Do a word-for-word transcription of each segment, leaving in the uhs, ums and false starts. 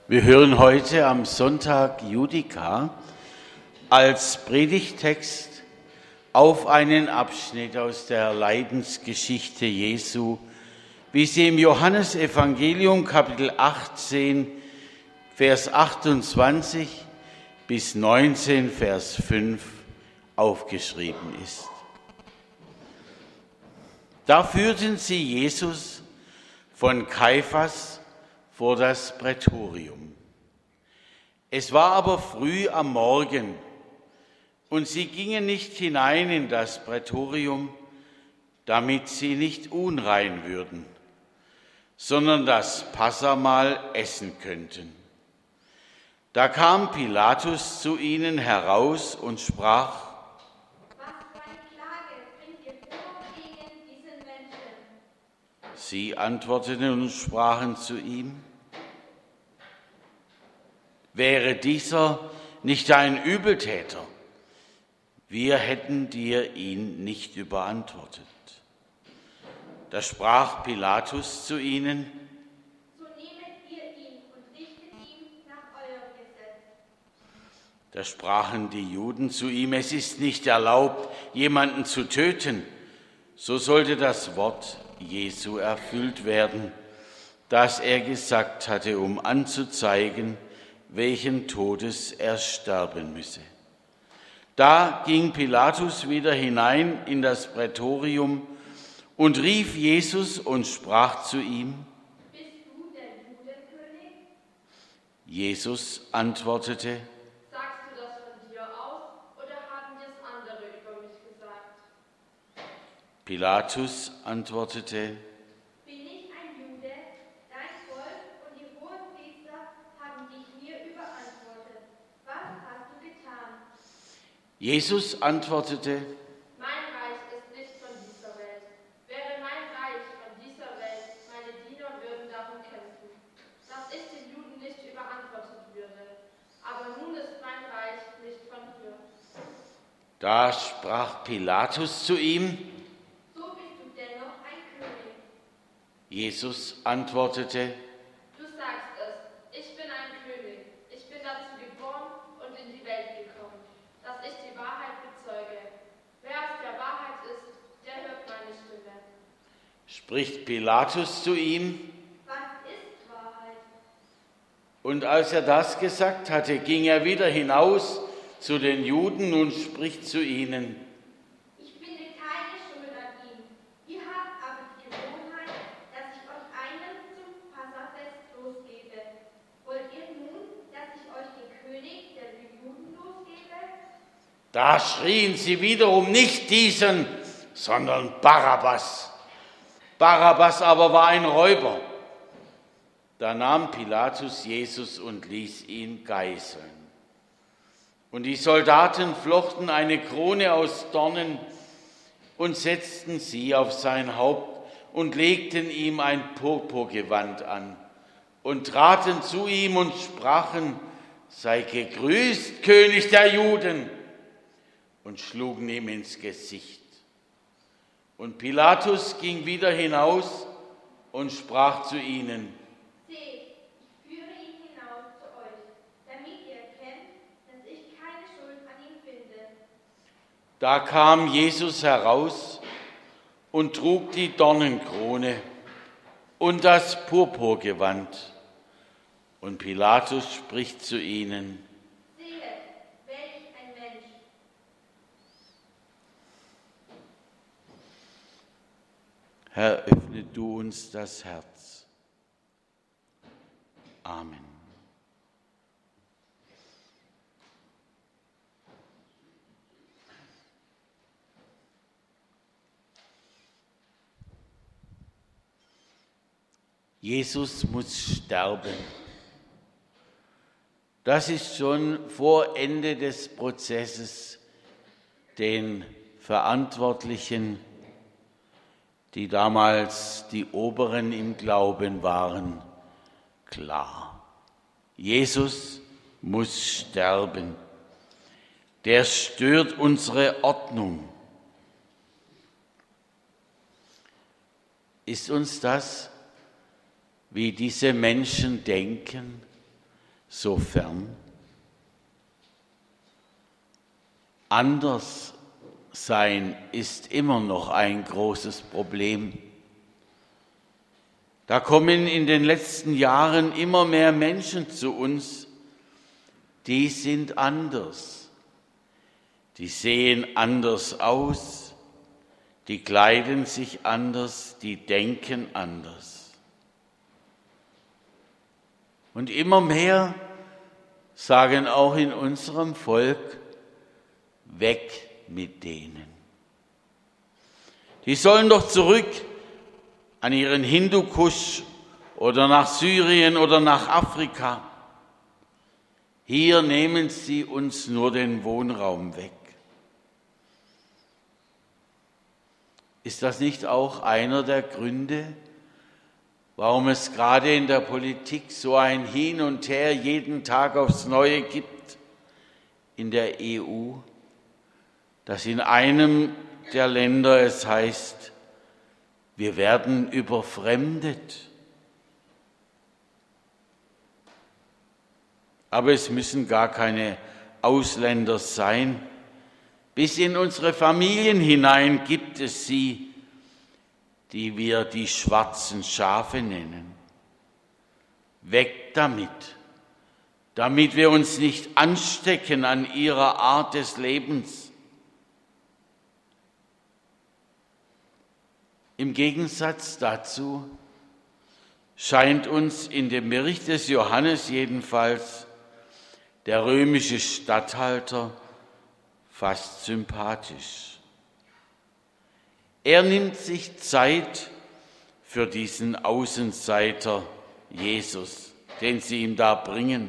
Wir hören heute am Sonntag Judika als Predigttext auf einen Abschnitt aus der Leidensgeschichte Jesu, wie sie im Johannesevangelium Kapitel achtzehn, Vers achtundzwanzig bis neunzehn, Vers fünf aufgeschrieben ist. Da führten sie Jesus von Kaiphas vor das Prätorium. Es war aber früh am Morgen, und sie gingen nicht hinein in das Prätorium, damit sie nicht unrein würden, sondern das Passahmahl essen könnten. Da kam Pilatus zu ihnen heraus und sprach: Was für eine Klage bringt ihr vor gegen diesen Menschen? Sie antworteten und sprachen zu ihm: Wäre dieser nicht ein Übeltäter, wir hätten dir ihn nicht überantwortet. Da sprach Pilatus zu ihnen: So nehmet ihr ihn und richtet ihn nach eurem Gesetz. Da sprachen die Juden zu ihm: Es ist nicht erlaubt, jemanden zu töten. So sollte das Wort Jesu erfüllt werden, das er gesagt hatte, um anzuzeigen, welchen Todes er sterben müsse. Da ging Pilatus wieder hinein in das Prätorium und rief Jesus und sprach zu ihm: Bist du der Judenkönig? Jesus antwortete: Sagst du das von dir aus, oder haben das andere über mich gesagt? Pilatus antwortete: Bin ich ein Jude? Dein Volk und die Hohenpriester haben dich mir überantwortet. Was hast du getan? Jesus antwortete: Mein Reich ist nicht von dieser Welt. Wäre mein Reich von dieser Welt, meine Diener würden darum kämpfen, dass ich den Juden nicht überantwortet würde. Aber nun ist mein Reich nicht von hier. Da sprach Pilatus zu ihm. So bist du dennoch ein König. Jesus antwortete: Du sagst es, ich bin ein König. Ich bin dazu geboren und in die Welt gekommen, dass ich die Wahrheit bezeuge. Wer aus der Wahrheit ist, der hört meine Stimme. Spricht Pilatus zu ihm. Was ist Wahrheit? Und als er das gesagt hatte, ging er wieder hinaus zu den Juden und spricht zu ihnen: Ich finde keine Schuld an ihm. Ihr habt aber die Gewohnheit, dass ich euch einen zum Passafest losgebe. Wollt ihr nun, dass ich euch den König der Juden losgebe? Da schrien sie wiederum nicht diesen, sondern Barabbas. Barabbas aber war ein Räuber. Da nahm Pilatus Jesus und ließ ihn geißeln. Und die Soldaten flochten eine Krone aus Dornen und setzten sie auf sein Haupt und legten ihm ein Purpurgewand an und traten zu ihm und sprachen: Sei gegrüßt, König der Juden, und schlugen ihm ins Gesicht. Und Pilatus ging wieder hinaus und sprach zu ihnen: Seht, ich führe ihn hinaus zu euch, damit ihr erkennt, dass ich keine Schuld an ihm finde. Da kam Jesus heraus und trug die Dornenkrone und das Purpurgewand. Und Pilatus spricht zu ihnen: Sehet, welch ein Mensch. Herr, öffne du uns das Herz. Amen. Jesus muss sterben. Das ist schon vor Ende des Prozesses den Verantwortlichen, die damals die Oberen im Glauben waren, klar. Jesus muss sterben. Der stört unsere Ordnung. Ist uns das, wie diese Menschen denken, so fern? Anders sein ist immer noch ein großes Problem. Da kommen in den letzten Jahren immer mehr Menschen zu uns, die sind anders. Die sehen anders aus, die kleiden sich anders, die denken anders. Und immer mehr sagen auch in unserem Volk, weg mit denen. Die sollen doch zurück an ihren Hindukusch oder nach Syrien oder nach Afrika. Hier nehmen sie uns nur den Wohnraum weg. Ist das nicht auch einer der Gründe, warum es gerade in der Politik so ein Hin und Her jeden Tag aufs Neue gibt in der E U, dass in einem der Länder es heißt, wir werden überfremdet. Aber es müssen gar keine Ausländer sein. Bis in unsere Familien hinein gibt es sie, die wir die schwarzen Schafe nennen. Weg damit, damit wir uns nicht anstecken an ihrer Art des Lebens. Im Gegensatz dazu scheint uns in dem Bericht des Johannes jedenfalls der römische Statthalter fast sympathisch. Er nimmt sich Zeit für diesen Außenseiter Jesus, den sie ihm da bringen.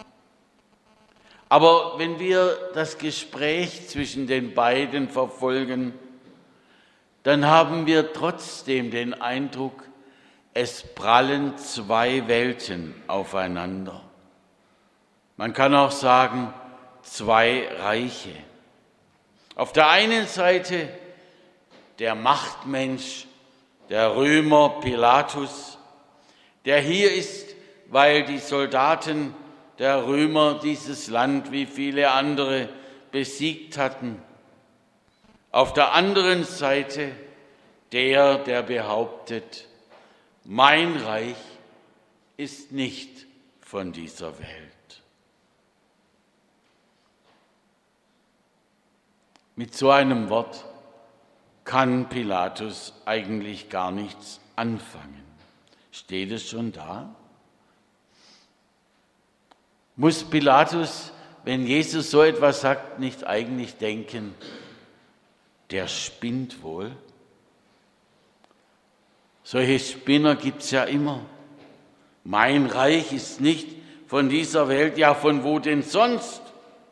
Aber wenn wir das Gespräch zwischen den beiden verfolgen, dann haben wir trotzdem den Eindruck, es prallen zwei Welten aufeinander. Man kann auch sagen, zwei Reiche. Auf der einen Seite der Machtmensch, der Römer Pilatus, der hier ist, weil die Soldaten der Römer dieses Land wie viele andere besiegt hatten. Auf der anderen Seite der, der behauptet, mein Reich ist nicht von dieser Welt. Mit so einem Wort kann Pilatus eigentlich gar nichts anfangen. Steht es schon da? Muss Pilatus, wenn Jesus so etwas sagt, nicht eigentlich denken, der spinnt wohl? Solche Spinner gibt es ja immer. Mein Reich ist nicht von dieser Welt, ja von wo denn sonst?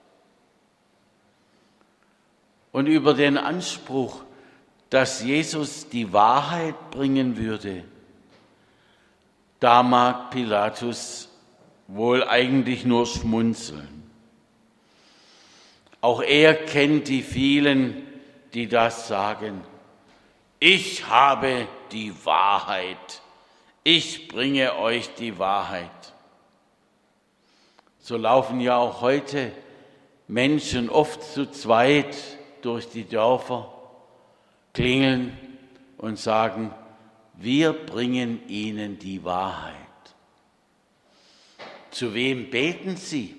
Und über den Anspruch, dass Jesus die Wahrheit bringen würde, da mag Pilatus wohl eigentlich nur schmunzeln. Auch er kennt die vielen, die das sagen. Ich habe die Wahrheit. Ich bringe euch die Wahrheit. So laufen ja auch heute Menschen oft zu zweit durch die Dörfer, klingeln und sagen, wir bringen ihnen die Wahrheit. Zu wem beten sie?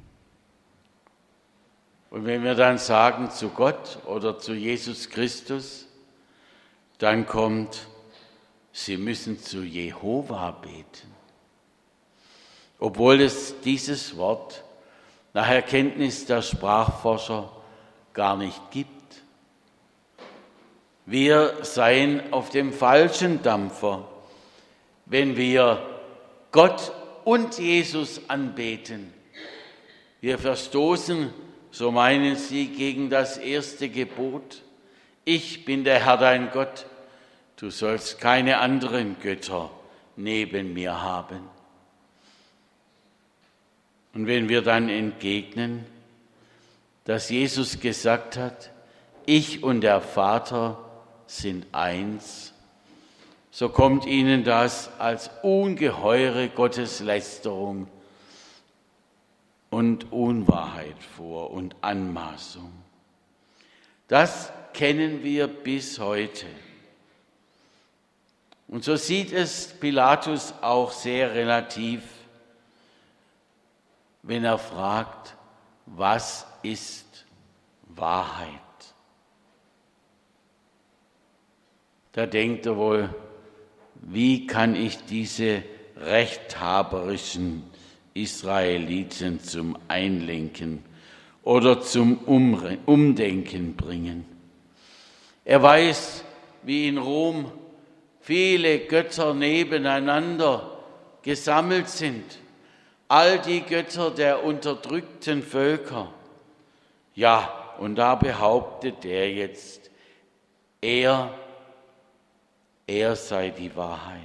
Und wenn wir dann sagen, zu Gott oder zu Jesus Christus, dann kommt, sie müssen zu Jehova beten. Obwohl es dieses Wort nach Erkenntnis der Sprachforscher gar nicht gibt. Wir seien auf dem falschen Dampfer, wenn wir Gott und Jesus anbeten. Wir verstoßen, so meinen sie, gegen das erste Gebot. Ich bin der Herr dein Gott, du sollst keine anderen Götter neben mir haben. Und wenn wir dann entgegnen, dass Jesus gesagt hat, ich und der Vater sind eins, so kommt ihnen das als ungeheure Gotteslästerung und Unwahrheit vor und Anmaßung. Das kennen wir bis heute. Und so sieht es Pilatus auch sehr relativ, wenn er fragt, was ist Wahrheit? Da denkt er wohl, wie kann ich diese rechthaberischen Israeliten zum Einlenken oder zum Umdenken bringen? Er weiß, wie in Rom viele Götter nebeneinander gesammelt sind, all die Götter der unterdrückten Völker. Ja, und da behauptet er jetzt, er, er sei die Wahrheit.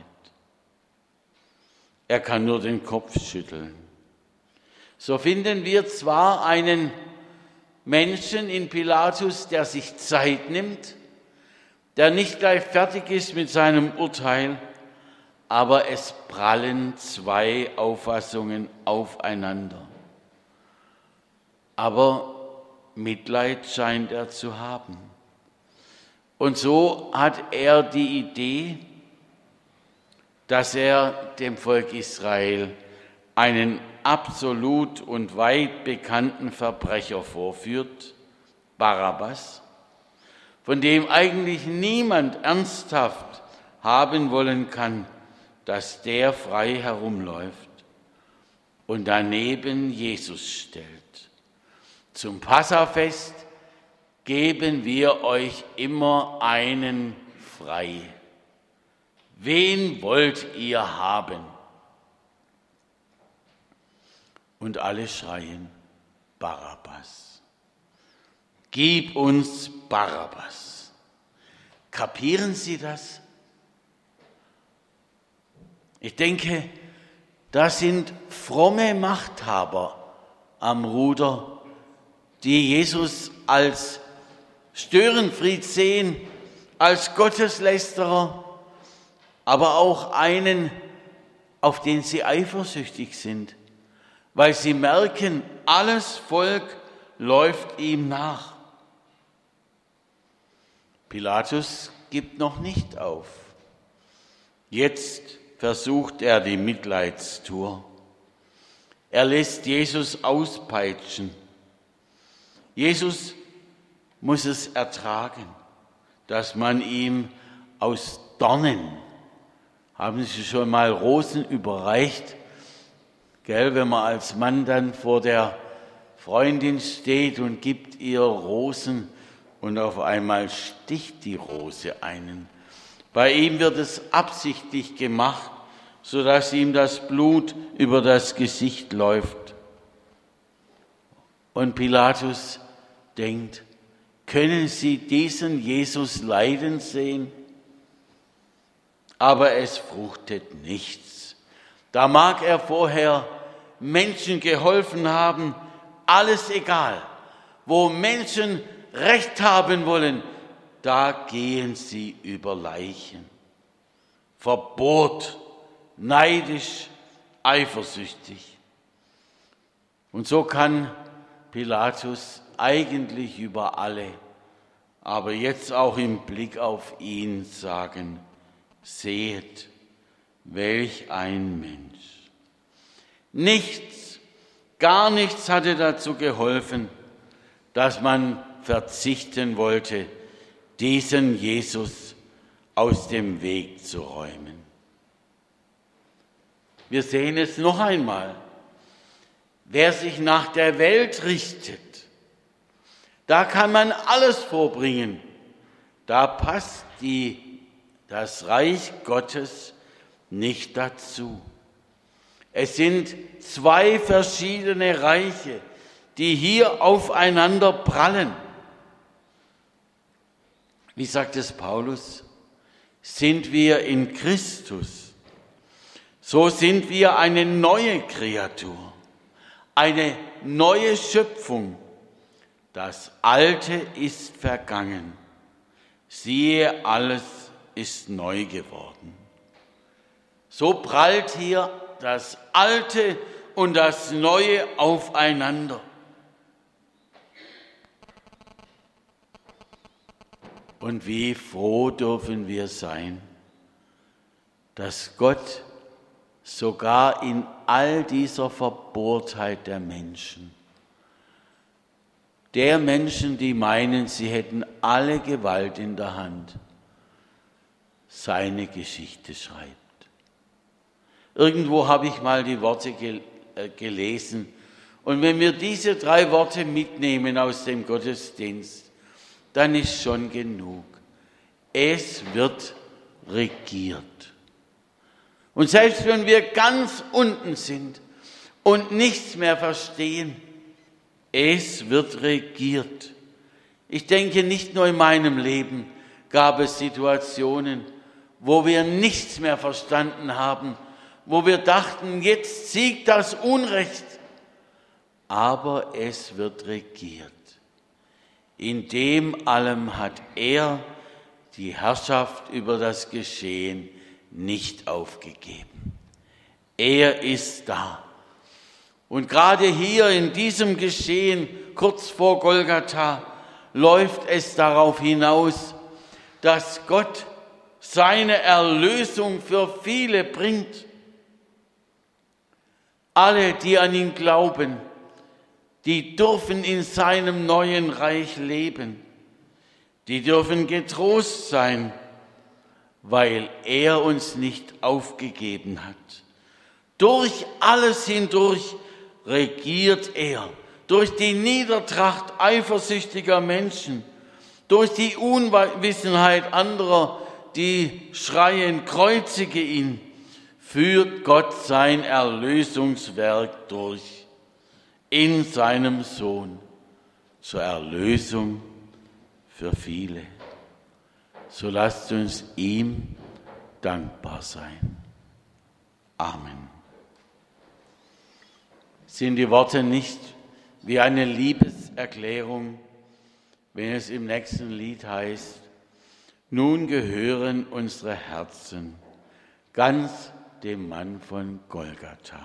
Er kann nur den Kopf schütteln. So finden wir zwar einen Menschen in Pilatus, der sich Zeit nimmt, der nicht gleich fertig ist mit seinem Urteil, aber es prallen zwei Auffassungen aufeinander. Aber Mitleid scheint er zu haben. Und so hat er die Idee, dass er dem Volk Israel einen absolut und weit bekannten Verbrecher vorführt, Barabbas, von dem eigentlich niemand ernsthaft haben wollen kann, dass der frei herumläuft und daneben Jesus stellt. Zum Passafest geben wir euch immer einen frei. Wen wollt ihr haben? Und alle schreien, Barabbas. Gib uns Barabbas. Kapieren Sie das? Ich denke, da sind fromme Machthaber am Ruder, die Jesus als Störenfried sehen, als Gotteslästerer, aber auch einen, auf den sie eifersüchtig sind, weil sie merken, alles Volk läuft ihm nach. Pilatus gibt noch nicht auf. Jetzt versucht er die Mitleidstour. Er lässt Jesus auspeitschen. Jesus muss es ertragen, dass man ihm aus Dornen, haben Sie schon mal Rosen überreicht? Gell, wenn man als Mann dann vor der Freundin steht und gibt ihr Rosen und auf einmal sticht die Rose einen. Bei ihm wird es absichtlich gemacht, sodass ihm das Blut über das Gesicht läuft. Und Pilatus denkt, können Sie diesen Jesus leiden sehen? Aber es fruchtet nichts. Da mag er vorher Menschen geholfen haben, alles egal. Wo Menschen Recht haben wollen, da gehen sie über Leichen. Verbohrt, neidisch, eifersüchtig. Und so kann Pilatus eigentlich über alle, aber jetzt auch im Blick auf ihn sagen, seht, welch ein Mensch. Nichts, gar nichts hatte dazu geholfen, dass man verzichten wollte, diesen Jesus aus dem Weg zu räumen. Wir sehen es noch einmal. Wer sich nach der Welt richtet, da kann man alles vorbringen. Da passt die, das Reich Gottes nicht dazu. Es sind zwei verschiedene Reiche, die hier aufeinander prallen. Wie sagt es Paulus? Sind wir in Christus, so sind wir eine neue Kreatur, eine neue Schöpfung. Das Alte ist vergangen. Siehe, alles ist neu geworden. So prallt hier das Alte und das Neue aufeinander. Und wie froh dürfen wir sein, dass Gott sogar in all dieser Verbohrtheit der Menschen, der Menschen, die meinen, sie hätten alle Gewalt in der Hand, seine Geschichte schreibt. Irgendwo habe ich mal die Worte gel- äh, gelesen. Und wenn wir diese drei Worte mitnehmen aus dem Gottesdienst, dann ist schon genug. Es wird regiert. Und selbst wenn wir ganz unten sind und nichts mehr verstehen, es wird regiert. Ich denke, nicht nur in meinem Leben gab es Situationen, wo wir nichts mehr verstanden haben, wo wir dachten, jetzt siegt das Unrecht. Aber es wird regiert. In dem allem hat er die Herrschaft über das Geschehen nicht aufgegeben. Er ist da. Und gerade hier in diesem Geschehen, kurz vor Golgatha, läuft es darauf hinaus, dass Gott seine Erlösung für viele bringt. Alle, die an ihn glauben, die dürfen in seinem neuen Reich leben. Die dürfen getrost sein, weil er uns nicht aufgegeben hat. Durch alles hindurch regiert er, durch die Niedertracht eifersüchtiger Menschen, durch die Unwissenheit anderer, die schreien, kreuzige ihn, führt Gott sein Erlösungswerk durch in seinem Sohn zur Erlösung für viele. So lasst uns ihm dankbar sein. Amen. Sind die Worte nicht wie eine Liebeserklärung, wenn es im nächsten Lied heißt, nun gehören unsere Herzen ganz dem Mann von Golgatha.